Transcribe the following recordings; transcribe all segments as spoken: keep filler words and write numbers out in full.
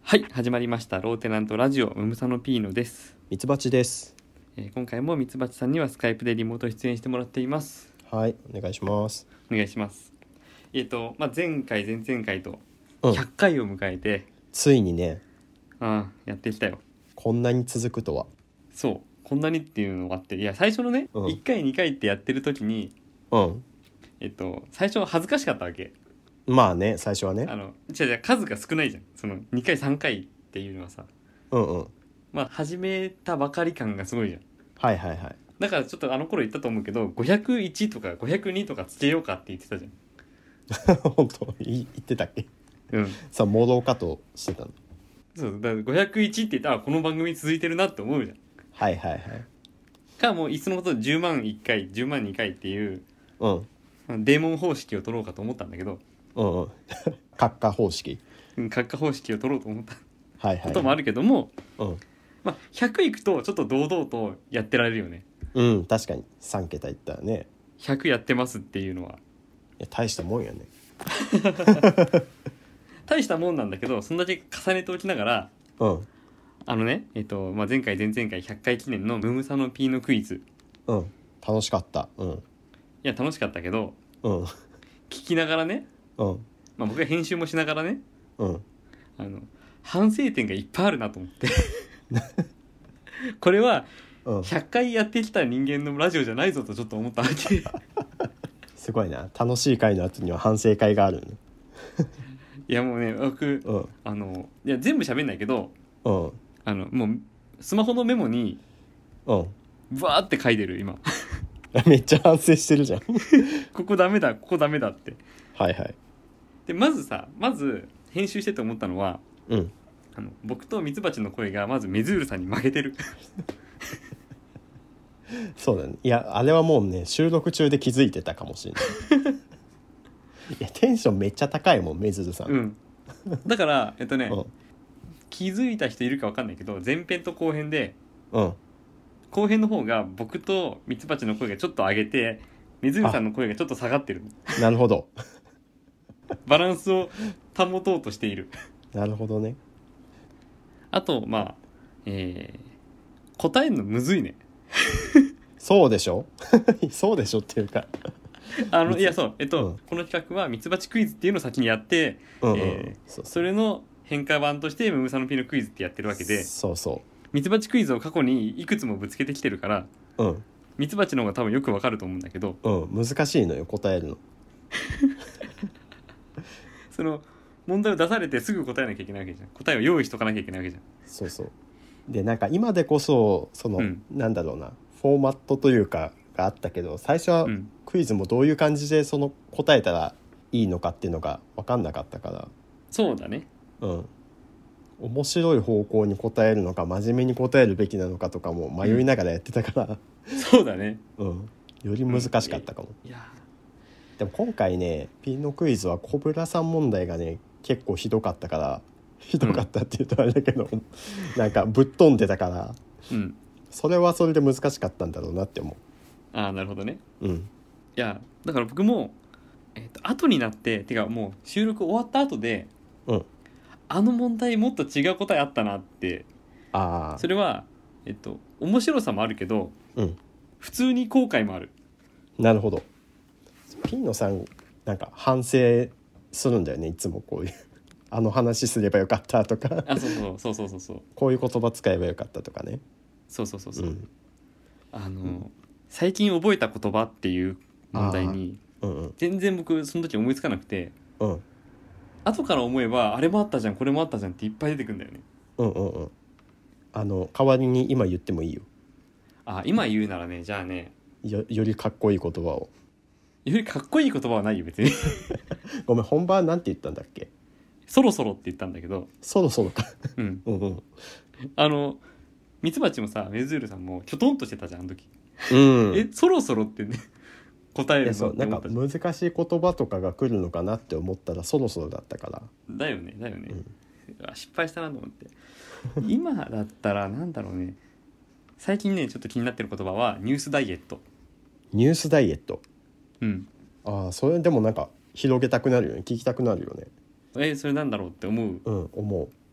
はい、始まりましたローテナントラジオムムサノピーノです。 ミツバチです。 えー今回もミツバチさんにはスカイプでリモート出演してもらっています。 はい、お願いします。 お願いします。えっ、と、まあ、前回前々回とうんひゃっかいを迎えて、 ついにね、 ああやってきたよ。 こんなに続くとは。 そうこんなにっていうのがあって、いや最初のね、 うんいっかいにかいってやってる時にうんえっ、と最初は恥ずかしかったわけ。 まあね、最初はね。 あの違う違う数が少ないじゃん。そのにかいさんかいっていうのはさ、 うんうんまあ始めたばかり感がすごいじゃん。 はいはいはい。 だからちょっとあの頃言ったと思うけど、ごひゃくいちとかごひゃくにとかつけようかって言ってたじ本当い言ってたっけ。 ゃん。うん。 さあ戻ろうかとしてたの。 そうだからごひゃくいちって言ったらこの番組続いてるなって思うじゃん。 はいはいはい。 かもういっそのことじゅうまんいっかいじゅうまんにかいっていううんデーモン方式を取ろうかと思ったんだけど、 うんうん閣下方式。 うん閣下方式を取ろうと思ったはいはい、 こともあるけども、 うんまあ、ひゃくいくとちょっと堂々とやってられるよね。 うん確かにさん桁いったらね。 ひゃくやってますっていうのは。 いや大したもんやね。 大したもんなんだけど、そんだけ重ねておきながら、 うんあのね、えっと、まあ、前回前々回ひゃっかい記念のムムサノピーノクイズ。 うん楽しかった。うんいや楽しかったけど、 うん聞きながらね、 うんまあ、僕が編集もしながらね、 うんあの反省点がいっぱいあるなと思ってこれはうんひゃっかいやってきた人間のラジオじゃないぞとちょっと思ったわけすごいな。楽しい回の後には反省会があるね。 いやもうね僕、 うんあのいや全部喋んないけど、 うんあのもうスマホのメモにうんブワーって書いてる今めっちゃ反省してるじゃん。 ここダメだここダメだって。 はいはい。 でまずさまず編集してて思ったのは、 うんあの僕とミツバチの声がまずメズールさんに負けてるそうだね。いやあれはもうね収録中で気づいてたかもしれない。いやテンションめっちゃ高いもんメズルさん。 うんだからえっとね、 うん気づいた人いるか分かんないけど、前編と後編でうん後編の方が僕とミツバチの声がちょっと上げて、メズールさんの声がちょっと下がってる。 なるほどバランスを保とうとしている。 なるほどね。 あとまあ、えー、答えるのむずいね。 そうでしょそうでしょっていうかあのいやそうえっと、 うんこの企画はミツバチクイズっていうのを先にやって、 うんうん、 えーそうそれの変化版としてムムサノピのクイズってやってるわけで、 そうそミツバチクイズを過去にいくつもぶつけてきてるから、 ううんミツバチの方が多分よくわかると思うんだけど、 うん難しいのよ答えるの。 その問題を出されてすぐ答えなきゃいけないわけじゃん。答えを用意しとかなきゃいけないわけじゃん。 そうそうでなんか今でこそその、 うん、 なんだろうなフォーマットというかがあったけど、最初はうんクイズもどういう感じでその答えたらいいのかっていうのが分かんなかったから、 そうだね。 うん面白い方向に答えるのか真面目に答えるべきなのかとかも迷いながらやってたから、 そうだね。 うんより難しかったかも、 いやでも今回ねピンのクイズはコブラさん問題がね結構ひどかったから、ひどかったっていうとあれだけど、うん、なんかぶっ飛んでたから、 うんそれはそれで難しかったんだろうなって思ああなるほどね。 う。うんいやだから僕も、えー、と後になっててかもう収録終わった後で、 うんあの問題もっと違う答えあったなって。 ああそれはえっと面白さもあるけどうん普通に後悔もある。 なるほど。ピンのさんなんか反省するんだよねいつもこういうあの話すればよかったとかあそうそうそうそうそうそうこういう言葉使えばよかったとかね。 そうそうそうそう、 うんあの、 うん、 最近覚えた言葉っていう問題にうんうん全然僕その時思いつかなくて、 うん後から思えばあれもあったじゃんこれもあったじゃんっていっぱい出てくるんだよね。 うんうんうんあの代わりに今言ってもいいよ。 あ今言うならね、じゃあね、 よ, よりかっこいい言葉を。 よりかっこいい言葉はないよ別にごめん本番なんて言ったんだっけ。 そろそろって言ったんだけど、 そろそろかうんうんうんあのミツバチもさメズールさんもきょとんとしてたじゃんあの時、 うんえそろそろってね答えいやるのそうなんかって思ったじゃん。 難しい言葉とかが来るのかなって思ったらそろそろだったから。 だよねだよね、 うんあ失敗したなと思って今だったらなんだろうね、最近ねちょっと気になってる言葉はニュースダイエット。 ニュースダイエット。 うんああそれでもなんか広げたくなるよね聞きたくなるよね。 えそれなんだろうって思う。 うん思う。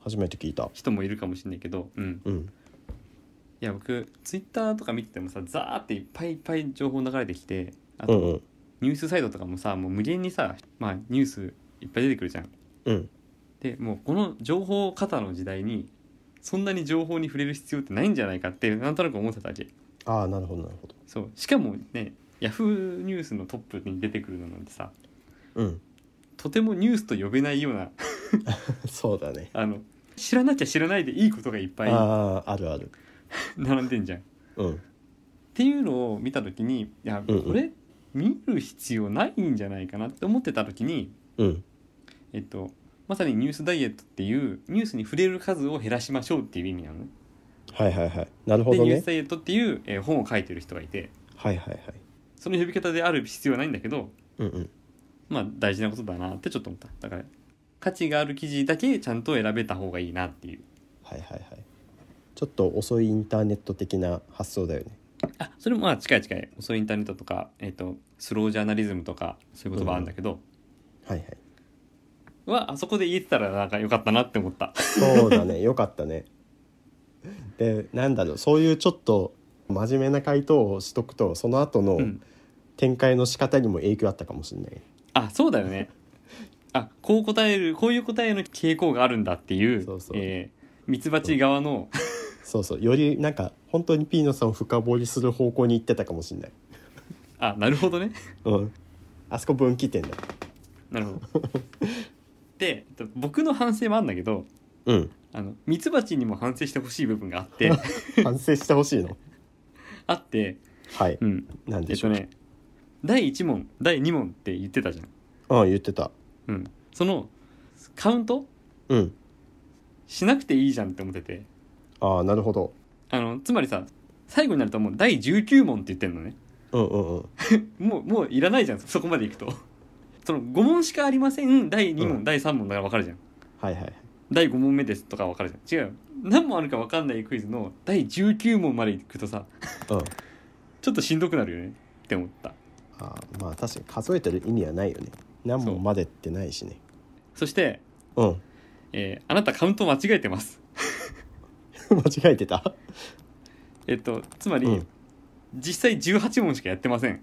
初めて聞いた。 人もいるかもしれないけど、うん、 うんいや僕ツイッターとか見ててもさ、ザーっていっぱいいっぱい情報流れてきて、あと、 うんうんニュースサイトとかもさ、もう無限にさ、まあ、ニュースいっぱい出てくるじゃん。 うんでもうこの情報過多の時代にそんなに情報に触れる必要ってないんじゃないかってなんとなく思ってたわけ。 ああなるほどなるほど。 そうしかもね、ヤフーニュースのトップに出てくるのなんてさ、 うんとてもニュースと呼べないようなそうだね。 あの知らなきゃ知らないでいいことがいっぱいあああるある。 並んでんじゃん。っうんていうのを見た時に、いやうんうんこれ見る必要ないんじゃないかなって思ってた時に、 うんえっとまさにニュースダイエットっていうニュースに触れる数を減らしましょうっていう意味なのね。 はいはいはい。なるほでどね。 ニュースダイエットっていう、えー本を書いてる人がいて、 はいはいはい。 その呼び方である必要はないんだけど、 うんうんまあ大事なことだなってちょっと思った。だから価値がある記事だけちゃんと選べた方がいいなっていう。 はいはいはい。ちょっと遅いインターネット的な発想だよね。 あ、それもまあ近い近い。遅いインターネットとか、えっとスロージャーナリズムとかそういう言葉あるんだけど、 はいはい。 はあそこで言えてたらなんか良かったなって思った。 そうだねよかったね。でなんだろう、そういうちょっと真面目な回答をしとくとその後のうん展開の仕方にも影響あったかもしれない。 あ、そうだよね。あ、こう答える、こういう答えの傾向があるんだっていう、 そうそうえー、ミツバチ側のそうそう、よりなんか本当にピーノさんを深掘りする方向に行ってたかもしれない。 あ、なるほどね。 うんあそこ分岐点だ。 なるほど。で、えっと僕の反省もあるんだけど、 うんあのミツバチにも反省してほしい部分があって反省してほしいの。 あって、 はい、 うん、 なんでしょう。 えっとね、だいいち問だいに問って言ってたじゃん。 ああ言ってた。 うん、そのカウントうんしなくていいじゃんって思ってて、 ああなるほど。 あのつまりさ、最後になるともうだいじゅうきゅう問って言ってんのね。 うんうんうんもうもういらないじゃん、そこまでいくと。そのご問しかありませんだいに問、 うんだいさん問だから分かるじゃん。 はいはいはい。 だいご問目ですとか分かるじゃん。違うよ、何問あるか分かんないクイズのだいじゅうきゅう問までいくとさ、 うんちょっとしんどくなるよねって思った。 あまあ確かに数えてる意味はないよね。何問までってないしね。 そしてうんえーあなたカウント間違えてます。 間違えてた。 えっとつまり、 うん実際じゅうはち問しかやってません。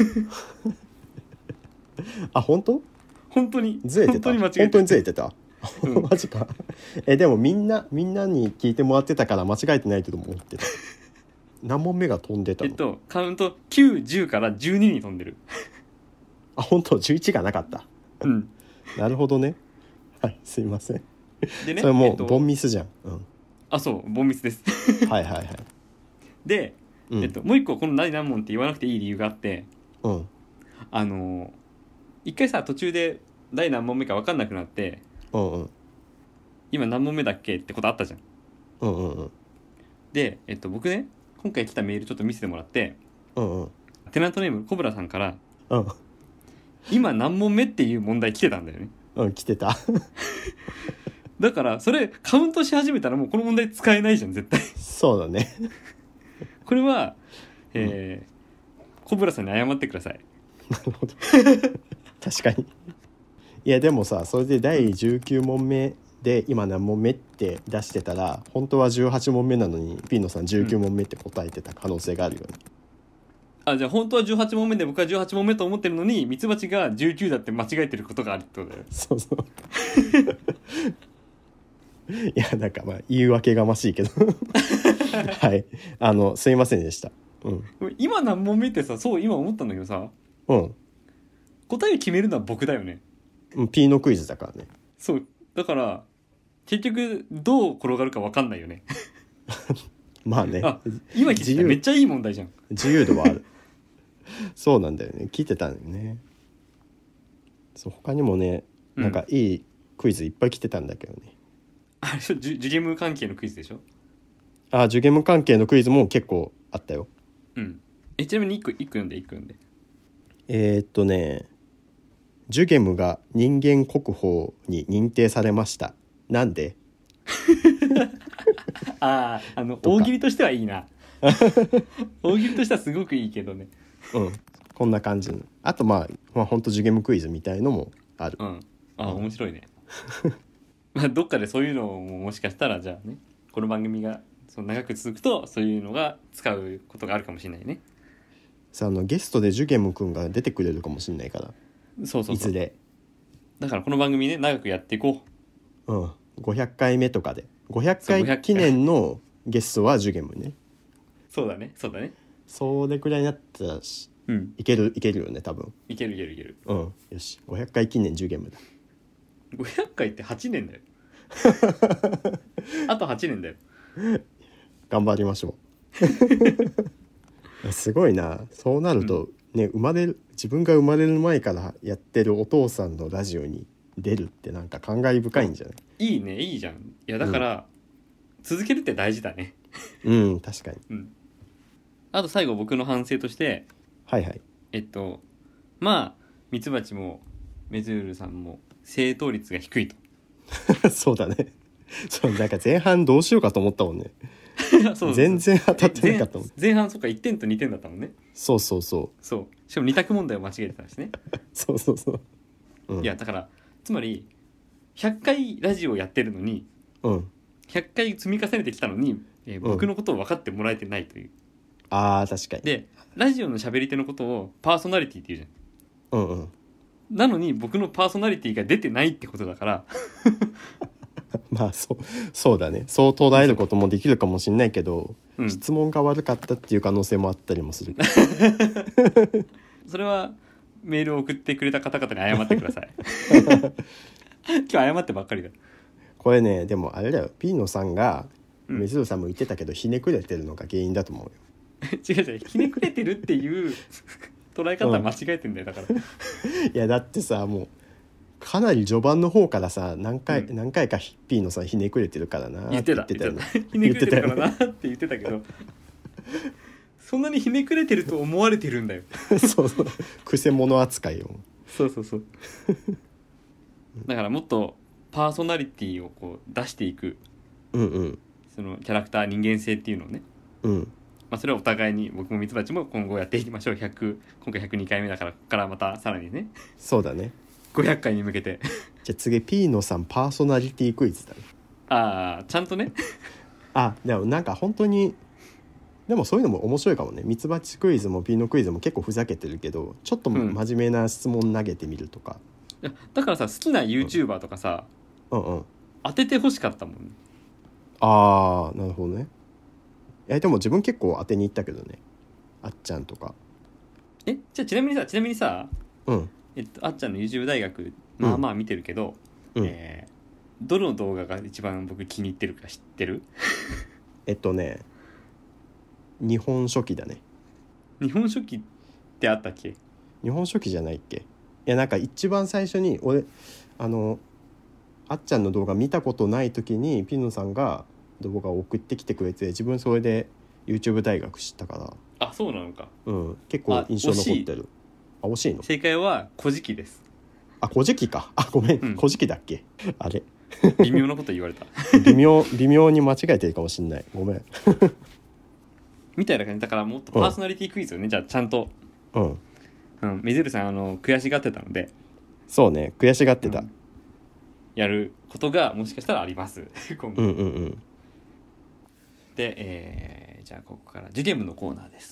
あ本当本当にずれてた。 本当に間違えて本当にずれてた。 うんマジか。えでもみんなみんなに聞いてもらってたから間違えてないと思ってた。何問目が飛んでたの。 えっとカウントきゅう、じゅうからじゅうにに飛んでる。 あ本当じゅういちがなかった。 うんなるほどね。はいすいません。 でね、 それもえっとうボンミスじゃん。うんあ、そうボンミスです。 はいはいはい。 で、 うんえっと、もう一個この第何問って言わなくていい理由があって、 うんあのー一回さ途中で第何問目か分かんなくなってうんうん今何問目だっけってことあったじゃん。 うんうんうんで、えっと、僕ね今回来たメールちょっと見せてもらって、 うんうんテナントネームコブラさんからうん今何問目っていう問題来てたんだよね。 うん来てた。 だからそれカウントし始めたらもうこの問題使えないじゃん絶対。 そうだね。 これは、えーコブラさんに謝ってください。 なるほど。確かに。いやでもさそれでだいじゅうきゅう問目で今何問目って出してたら本当はじゅうはち問目なのにピーノさんじゅうきゅう問目って答えてた可能性があるよね。 あ、じゃあ本当はじゅうはち問目で僕はじゅうはち問目と思ってるのにミツバチがじゅうきゅうだって間違えてることがあるってことだよ。 そうそう。いやなんかまあ言い訳がましいけどはいあのすいませんでした。うん今何問目ってさ、そう今思ったんだけどさ、 うん答えを決めるのは僕だよね。 うんピーノクイズだからね。 そうだから結局どう転がるか分かんないよね。 まあねあ、今聞いためっちゃいい問題じゃん。 自由度はある。そうなんだよね聞いてたんだよね。そう他にもねなんかいいクイズいっぱい来てたんだけどね。 あれでしょ、ジュジュゲム関係のクイズでしょ。 あジュゲム関係のクイズも結構あったよ。 うんえちなみにいっこいっこ読んでいっこ読んで。 えー、っとねジュゲムが人間国宝に認定されました。なんで？ あああのとか大喜利としてはいいな。大喜利としてはすごくいいけどね。 うんこんな感じのあとまあまあほんとジュゲムクイズみたいのもある。 うんあ、面白いね。 まあどっかでそういうのももしかしたらじゃあねこの番組がその長く続くとそういうのが使うことがあるかもしれないね。 さあのゲストでジュゲムくんが出てくれるかもしれないから、 そうそうそう。 いずれ。 だからこの番組ね長くやっていこうん、ごひゃっかいめとかで500 そうごひゃっかい回記念のゲストはジュゲムね。 う。そうだねそうだね。 それくらいになったらしうんいけるいけるよね多分。 いけるいけるいける。 うん、よしごひゃっかい記念ジュゲムだ。 ごひゃっかいってはちねんだよあとはちねんだよ。 頑張りましょうすごいな。そうなると、ね、生まれる自分が生まれる前からやってるお父さんのラジオに出るってなんか感慨深いんじゃない？ いいねいいじゃん。いやだから、うん、続けるって大事だね。 うん確かに。 うん。あと最後僕の反省としてはいはい。 えっとまあミツバチもメズールさんも正答率が低いとそうだね。そうなんか前半どうしようかと思ったもんね。 そうそう全然当たってなかったもん。 前半そっかいってんとにてんだったもんね。 そうそうそう。 そうしかもに択問題を間違えてたしねそうそうそう。うん、 いやだからつまりひゃっかいラジオやってるのにうんひゃっかい積み重ねてきたのに、えー僕のことを分かってもらえてないという、 あー確かに。 でラジオの喋り手のことをパーソナリティって言うじゃん。 うんうん。 なのに僕のパーソナリティが出てないってことだからまあそうそうだね。そう捉えることもできるかもしれないけど、 うん、 質問が悪かったっていう可能性もあったりもするそれはメールを送ってくれた方々に謝ってください今日謝ってばっかりだ。 これねでもあれだよ、ピーノさんがうんメズルさんも言ってたけど、ひねくれてるのが原因だと思うよ。 違う違うひねくれてるっていう捉え方は間違えてんだよだから、 いやだってさもうかなり序盤の方からさ何回、 うん、 何回かピーノさんひねくれてるからな言ってた言ってたよね。 ひねくれてるからなって言ってたけどそんなにひねくれてると思われてるんだよそうそうくせ者扱いよ。 そうそうそうだからもっとパーソナリティをこう出していくうんうんそのキャラクター人間性っていうのをね、 うんまあ、それはお互いに僕もミツバチも今後やっていきましょう。ひゃく今回ひゃくにかいめだからここからまたさらにねそうだね。 ごひゃっかいに向けてじゃあ次ピーノさんパーソナリティクイズだね。 ああちゃんとねあでもなんか本当にでもそういうのも面白いかもね。ミツバチクイズもピーノクイズも結構ふざけてるけどちょっと真面目な質問投げてみるとか、 いやだからさ好きな YouTuber とかさ、 うんうん当ててほしかったもんね。 ああなるほどね。えでも自分結構当てに行ったけどね。あっちゃんとか。 えじゃあちなみにさちなみにさうんえっとあっちゃんの YouTube 大学まあまあ見てるけど、 うんえーどの動画が一番僕気に入ってるか知ってる？ えっとね日本書紀だね。 日本書紀ってあったっけ？ 日本書紀じゃないっけ。いやなんか一番最初に俺あのあっちゃんの動画見たことない時にピノさんが動画を送ってきてくれて自分それで YouTube 大学知ったかあそうなのか。 ら、うん、結構印象残ってる。あ惜しいの？ 正解は古事記です。 あ古事記か。あごめん、 うん古事記だっけあれ微妙なこと言われた微妙微妙に間違えてるかもしんない。ごめんみたいな感じだからもっとパーソナリティクイズをね、うん、じゃあちゃんと、 うんうん、メゼルさんあの悔しがってたのでそうね悔しがってた、 うん、やることがもしかしたらあります今後、 うんうんうん、 で、えー、じゃあここからジュゲムのコーナーです。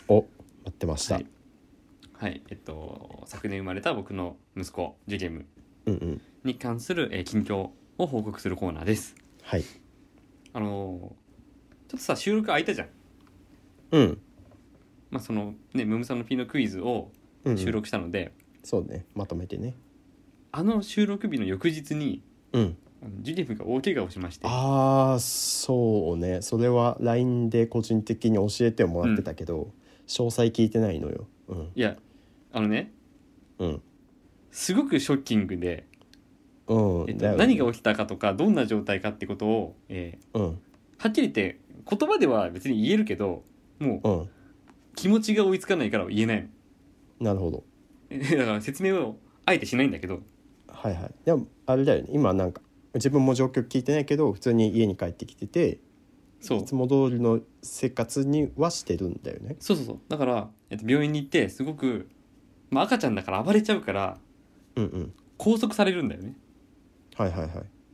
お待ってました。 はい、はい、えっと昨年生まれた僕の息子ジュゲムに関する、えー、近況を報告するコーナーです。 はい。 あのー、ちょっとさ収録空いたじゃん。 うんまあそのねムムさんのピーのクイズを収録したので、うんうん、 そうねまとめてね。 あの収録日の翌日に、 うん、 ジュゲムが大怪我をしまして。 ああそうねそれは ライン で個人的に教えてもらってたけど、うん、詳細聞いてないのよ、うん、 いやあのね、 うん、 すごくショッキングで、 うんえっとね、何が起きたかとかどんな状態かってことを、えーうん、 はっきり言って言葉では別に言えるけどもう、うん、気持ちが追いつかないから言えないの。なるほど。 だから説明をあえてしないんだけど。 はいはい。でもあれだよね今なんか自分も状況聞いてないけど普通に家に帰ってきててそういつも通りの生活にはしてるんだよね。 そうそうそうだから、えっと、病院に行ってすごく、まあ、赤ちゃんだから暴れちゃうから、 うんうん、 拘束されるんだよね。 はいはいはい。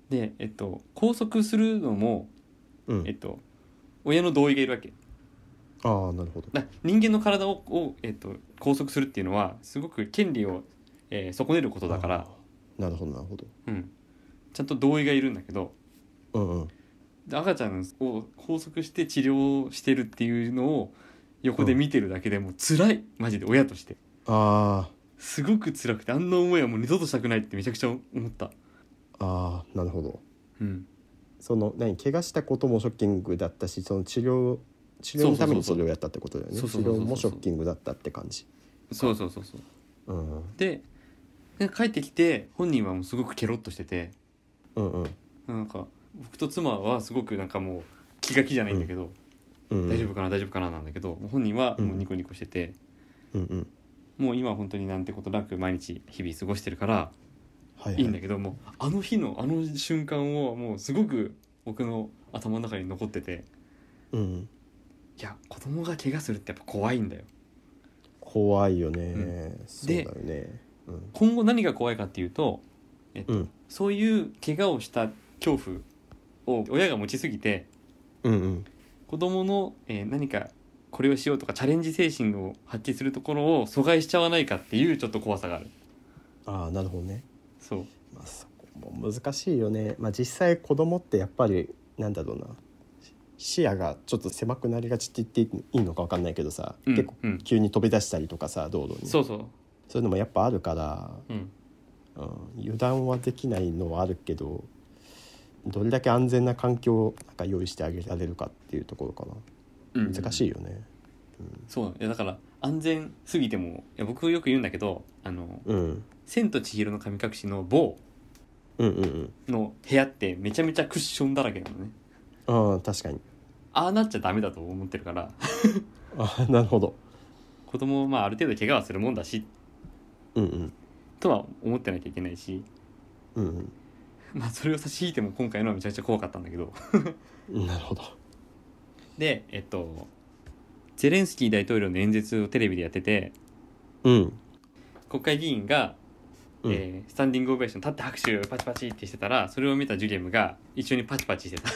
で、えっと、拘束するのも、 うんえっと、親の同意がいるわけああなるほど。 だ。人間の体を、を、えっと、拘束するっていうのはすごく権利を、えー損ねることだから、 なるほどなるほど。 うん、ちゃんと同意がいるんだけど、 うんうんで赤ちゃんを拘束して治療してるっていうのを横で見てるだけでも辛い、マジで親としてあすごく辛くて、あんな思いはもう二度としたくないってめちゃくちゃ思った。 あああなるほど。 うんその何怪我したこともショッキングだったし、その治療治療のためにそれをやったってことだよね。治そうそうそうそう療もショッキングだったって感じ。 そうそうそうそう。 うんで帰ってきて本人はもうすごくケロッとしてて、 うんうんなんか僕と妻はすごくなんかもう気が気じゃないんだけど、 うんうん大丈夫かな大丈夫かななんだけど、本人はもうニコニコしてて、 うんうんもう今は本当になんてことなく毎日日々過ごしてるからはいはいいいんだけど、もうあの日のあの瞬間をもうすごく僕の頭の中に残ってて、 うんいや子供が怪我するってやっぱ怖いんだよ。 怖いよね、 うんそうだよね。うん今後何が怖いかっていうと、えっとうんそういう怪我をした恐怖を親が持ちすぎて、 うんうん子供の、えー何かこれをしようとかチャレンジ精神を発揮するところを阻害しちゃわないかっていうちょっと怖さがある。 ああなるほどね。 そうまあ、そこも難しいよね。まあ実際子供ってやっぱりなんだろうな、視野がちょっと狭くなりがちって言っていいのか分かんないけどさ、 うん結構うん急に飛び出したりとかさ道路に、 そうそう、 そういうのもやっぱあるから、 うん、 うん、油断はできないのはあるけど、どれだけ安全な環境をなんか用意してあげられるかっていうところかな。 うん、 難しいよね。 そういやだから安全すぎても、いや僕よく言うんだけど、あのうん、うん千と千尋の神隠しの某うんうんの部屋ってめちゃめちゃクッションだらけなのね。 ああ確かに。 ああなっちゃダメだと思ってるからああなるほど。 子供もまあある程度怪我はするもんだしうんうんとは思ってなきゃいけないし、 うんまあそれを差し引いても今回のはめちゃくちゃ怖かったんだけどうんなるほど。 でえっとゼレンスキー大統領の演説をテレビでやってて、 うん国会議員が、 うんえースタンディングオベーション立って拍手パチパチってしてたら、それを見たジュゲムが一緒にパチパチしてた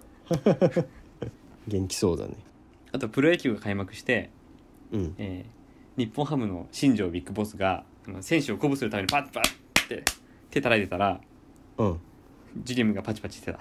元気そうだね。 あとプロ野球が開幕して、 うんえー日本ハムの新庄ビッグボスがあの選手を鼓舞するためにパッパッって手叩いてたら、 うんジュゲムがパチパチしてた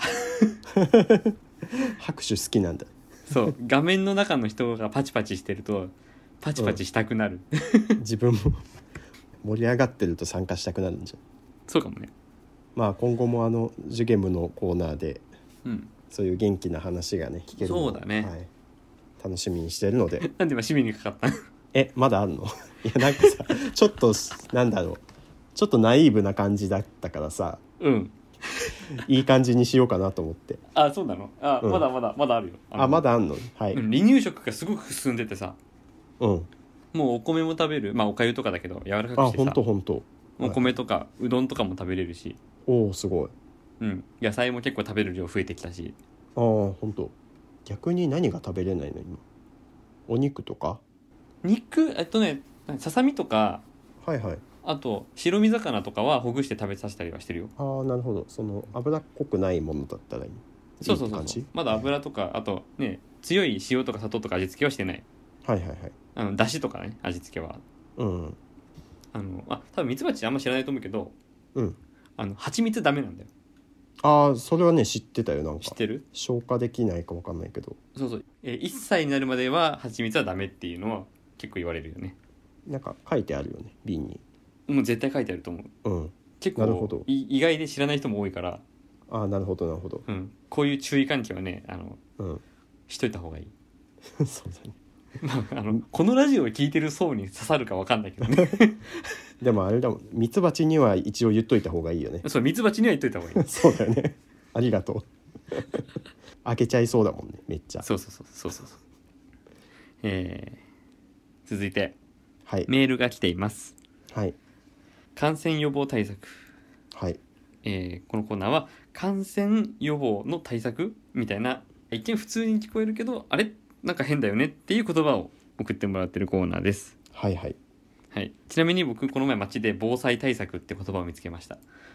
拍手好きなんだ。 そう画面の中の人がパチパチしてるとパチパチしたくなる、 うん、自分も盛り上がってると参加したくなるんじゃん。 そうかもね。 まあ今後もあのジュゲムのコーナーでうんそういう元気な話がね聞けるのをそうだねはい、楽しみにしてるのでなんで今趣味にかかったのえまだあるのいやなんかさちょっとなんだろうちょっとナイーブな感じだったからさうんいい感じにしようかなと思ってあそうなのあ、 うんまだまだまだあるよ。 あまだあんのはい、 うん離乳食がすごく進んでてさ、 うんもうお米も食べる、まあおかゆとかだけど柔らかくあしてさ、 ほんとほんとお米とかうどんとかも食べれるし、 おおすごいうん、野菜も結構食べる量増えてきたし。 ああほんと逆に何が食べれないの今お肉とか肉えっとねささみとかはいはいあと白身魚とかはほぐして食べさせたりはしてるよ。 ああなるほどその脂っこくないものだったらいいそうそうそういい感じまだ油とか、あとね強い塩とか砂糖とか味付けはしてない。 はいはいはいあのだしとかね味付けはうんあのあ多分ミツバチあんま知らないと思うけど、 うんあの蜂蜜ダメなんだよ。 ああそれはね知ってたよなんか知ってる？ 消化できないか分かんないけどそうそう、えー、いっさいになるまでは蜂蜜はダメっていうのは結構言われるよね。 なんか書いてあるよね瓶にもう絶対書いてあると思う。 うん結なるほど構い意外で知らない人も多いから、 ああなるほどなるほどうん、こういう注意喚起はねあのうんしといた方がいいそうだねまあ、あのこのラジオを聞いてる層に刺さるか分かんないけどねでもあれだもんミツバチには一応言っといた方がいいよねそうミツバチには言っといた方がいいそうだよねありがとう開けちゃいそうだもんねめっちゃそうそうそうそうそうそうえー、続いてはいメールが来ています。 はい感染予防対策、 はいえーこのコーナーは感染予防の対策みたいな一見普通に聞こえるけどあれなんか変だよねっていう言葉を送ってもらってるコーナーです。 はいはいはい、ちなみに僕この前街で防災対策って言葉を見つけました。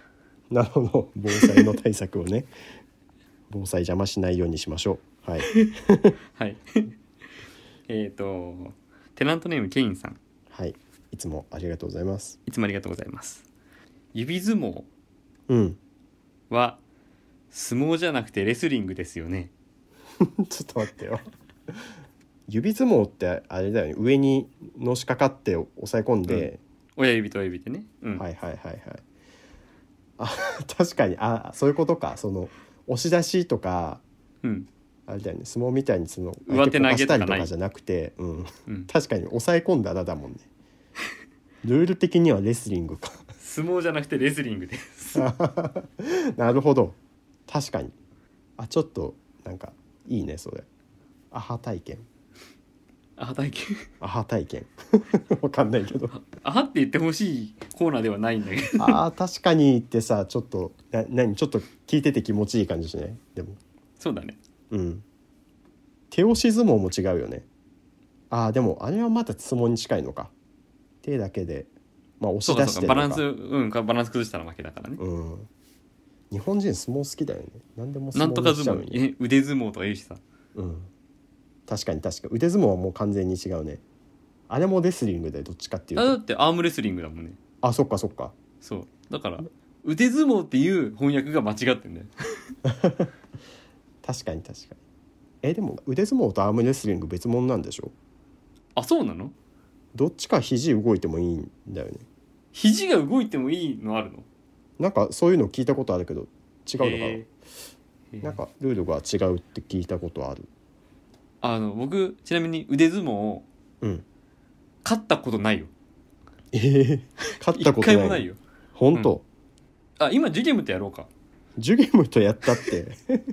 なるほど、防災の対策をね防災邪魔しないようにしましょう。はいはいえっとテナントネームケインさん、 はい、いつもありがとうございます。 いつもありがとうございます。指相撲うんは相撲じゃなくてレスリングですよね。 ちょっと待ってよ指相撲ってあれだよね、上にのしかかって押さえ込んで、 親指と親指でね、うん、 はいはいはいはいあ確かに、あそういうことか。その押し出しとかうん、 あれだよね、相撲みたいにその上手投げとかない相手こかしたりとかじゃなくて、うん、 うん、 確かに抑え込んだらだもんねルール的にはレスリングか相撲じゃなくてレスリングですなるほど、確かに。あちょっとなんかいいねそれ。アハ体験、 アハ体験アハ体験わかんないけどアハって言ってほしいコーナーではないんだけどあ確かにってさ、ちょっとな何ちょっと聞いてて気持ちいい感じしない？でもそうだね。 うん手押し相撲も違うよね。あでもあれはまた相撲に近いのか。手だけでまあ押し出してるのか。 そうかそうか、バランスうんバランス崩したら負けだからね。 うん日本人相撲好きだよね。何でも相撲なんとかにしちゃうよね。 相撲、え腕相撲とか言うしさ。 うん確かに確かに腕相撲はもう完全に違うね。あれもレスリングでどっちかっていうと。 あだってアームレスリングだもんね。 あそっかそっか。 そうだから腕相撲っていう翻訳が間違ってんだよ確かに確かに。えでも腕相撲とアームレスリング別物なんでしょ？ あそうなの？ どっちか肘動いてもいいんだよね。 肘が動いてもいいのあるの？ なんかそういうの聞いたことあるけど違うのかな、 へーなんかルールが違うって聞いたことある。 あの僕ちなみに腕相撲をうん勝ったことないよ。 えー、勝った一ことない回もないよ。 本当、 うん、あ今ジュゲームとやろうか。 ジュゲムとやったって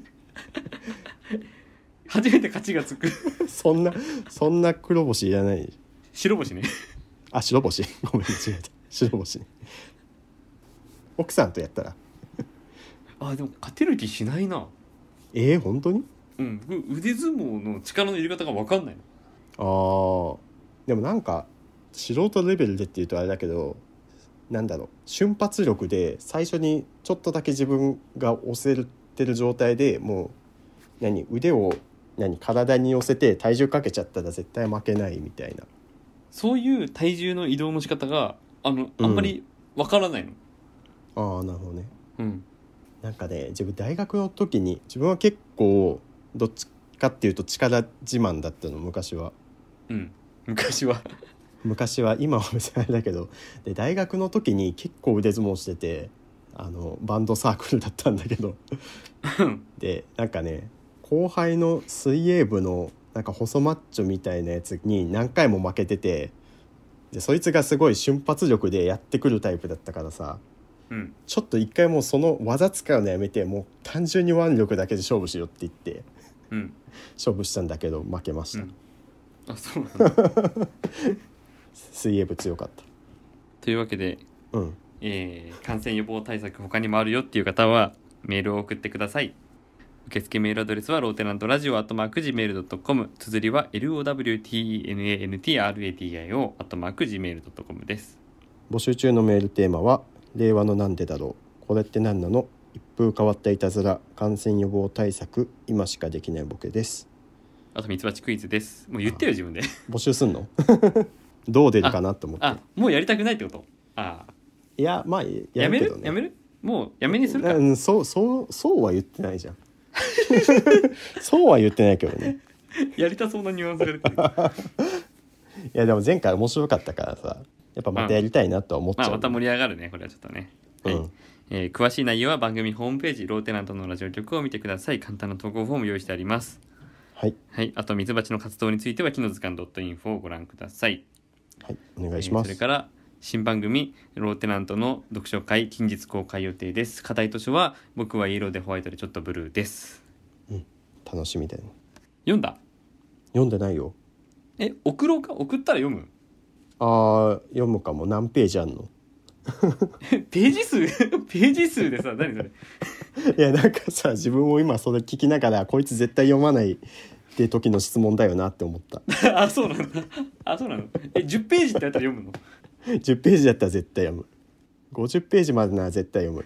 初めて勝ちがつくそんなそんな黒星いらない。 白星ねあ白星ごめん間違えた白星ね。奥さんとやったらあでも勝てる気しないな。 えー、本当に？ うん僕腕相撲の力の入れ方が分かんないの。 あーでもなんか素人レベルでっていうとあれだけど、なんだろう瞬発力で最初にちょっとだけ自分が押せてる状態でもう何腕を何体に寄せて体重かけちゃったら絶対負けないみたいな。 そういう体重の移動の仕方があのあんまり分からないの。 ああなるほどね。 うんなんかね自分大学の時に自分は結構どっちかっていうと力自慢だったの昔は。 うん昔は昔は今は別にあれだけどで大学の時に結構腕相撲しててあのバンドサークルだったんだけどでなんかね後輩の水泳部のなんか細マッチョみたいなやつに何回も負けてて、でそいつがすごい瞬発力でやってくるタイプだったからさ、 うん、 ちょっと一回もうその技使うのやめてもう単純に腕力だけで勝負しようって言って、 うん、 勝負したんだけど負けました、 うん、あそうなんだ水泳部強かった。 というわけで、 うんえー、感染予防対策他にもあるよっていう方はメールを送ってください。受付メールアドレスはローテナントラジオアットマーク ジーメールドットコム、 綴りは ローテナントラジオアットマーク ジーメールドットコム です。 募集中のメールテーマは令和のなんでだろう、これって何なの、一風変わったいたずら、感染予防対策、今しかできないボケです。 あとミツバチクイズです。もう言ってよ自分で募集すんのどう出るかなと思って。 あもうやりたくないってこと。あいやまあややめるけどね。 るやめるもうやめにするか、 うん、そうそうそうは言ってないじゃんそうは言ってないけどねやりたそうなニュアンスが出てるいやでも前回面白かったからさ、やっぱまたやりたいなとは思っちゃう、 まあ、また盛り上がるねこれはちょっとね、はいうんえー、詳しい内容は番組ホームページローテナントのラジオ局を見てください。簡単な投稿フォーム用意してあります。 はい、 はい、あとミツバチの活動については木の図鑑 .info をご覧ください。 はい、お願いします、 えーそれから新番組ローテナントの読書会近日公開予定です。課題図書は僕はイエローでホワイトでちょっとブルーです。 うん、楽しみだよね。 読んだ？ 読んでないよ。 え送ろうか？送ったら読む？ あー読むかも。何ページあんのページ数ページ数でさ何それいやなんかさ自分も今それ聞きながらこいつ絶対読まないって時の質問だよなって思ったあそうなんだ。あそうなの。えじゅっページってやったら読むの？ じゅっページだったら絶対読む。ごじゅっページまでなら絶対読む。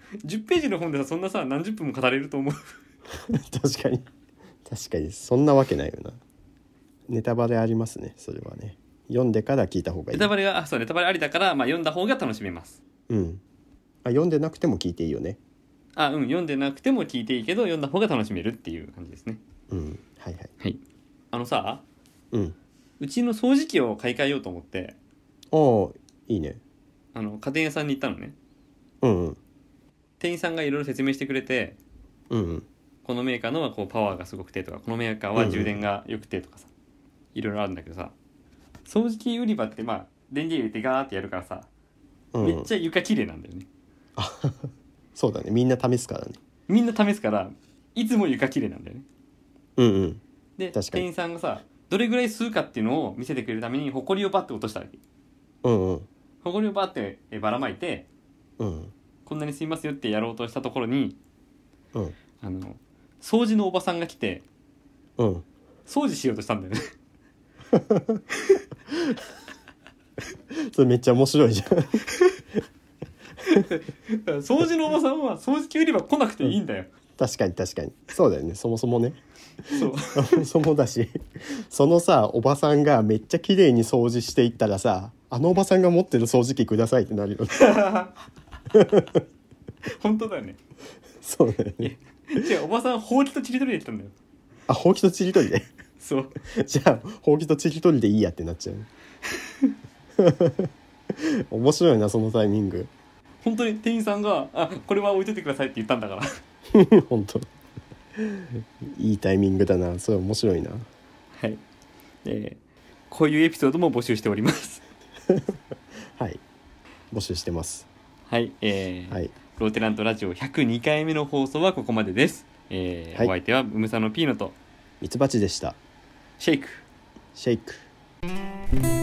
じゅっページの本でさそんなさ何十分も語れると思う確かに確かにそんなわけないよな。ネタバレありますねそれはね。読んでから聞いた方がいい。 ネタバレがあそうネタバレありだから、まあ、読んだ方が楽しめます。 うんあ読んでなくても聞いていいよね。 あうん読んでなくても聞いていいけど読んだ方が楽しめるっていう感じですね。 うんはいはいはい。あのさうんうちの掃除機を買い替えようと思ってああいいね。 あの家電屋さんに行ったのね。 うんうん店員さんがいろいろ説明してくれて、 うんうんこのメーカーのはこうパワーがすごくてとかこのメーカーは充電が良くてとかさ、いろいろあるんだけどさ掃除機売り場ってまあ電源入れてガーってやるからさ、 うん、 めっちゃ床綺麗なんだよね。 そうだねみんな試すからね。 みんな試すからいつも床綺麗なんだよね。 うんうんで確かに店員さんがさどれぐらい吸うかっていうのを見せてくれるためにホコリをバッて落としたわけ。 うんうんホコリをバッてばらまいてうんこんなに吸いますよってやろうとしたところにうんあの掃除のおばさんが来てうん掃除しようとしたんだよねそれめっちゃ面白いじゃん掃除のおばさんは掃除機売り場来なくていいんだよ、 確かに確かにそうだよねそもそもねそうそもそもだしそのさおばさんがめっちゃ綺麗に掃除していったらさあのおばさんが持ってる掃除機くださいってなるよね本当だよね。 そうだよね。 違うおばさんほうきとちりとりで来たんだよ。 あほうきとちりとりでそうじゃあほうきとちりとりでいいやってなっちゃう面白いなそのタイミング本当に店員さんがあこれは置いといてくださいって言ったんだから本当いいタイミングだな。それ面白いな。 はい、えー、こういうエピソードも募集しておりますはい募集してます。 はい、えーはいローテナントラジオひゃくにかいめの放送はここまでです、えーはいお相手はムムサノピーノとミツバチでした。 シェイクシェイク。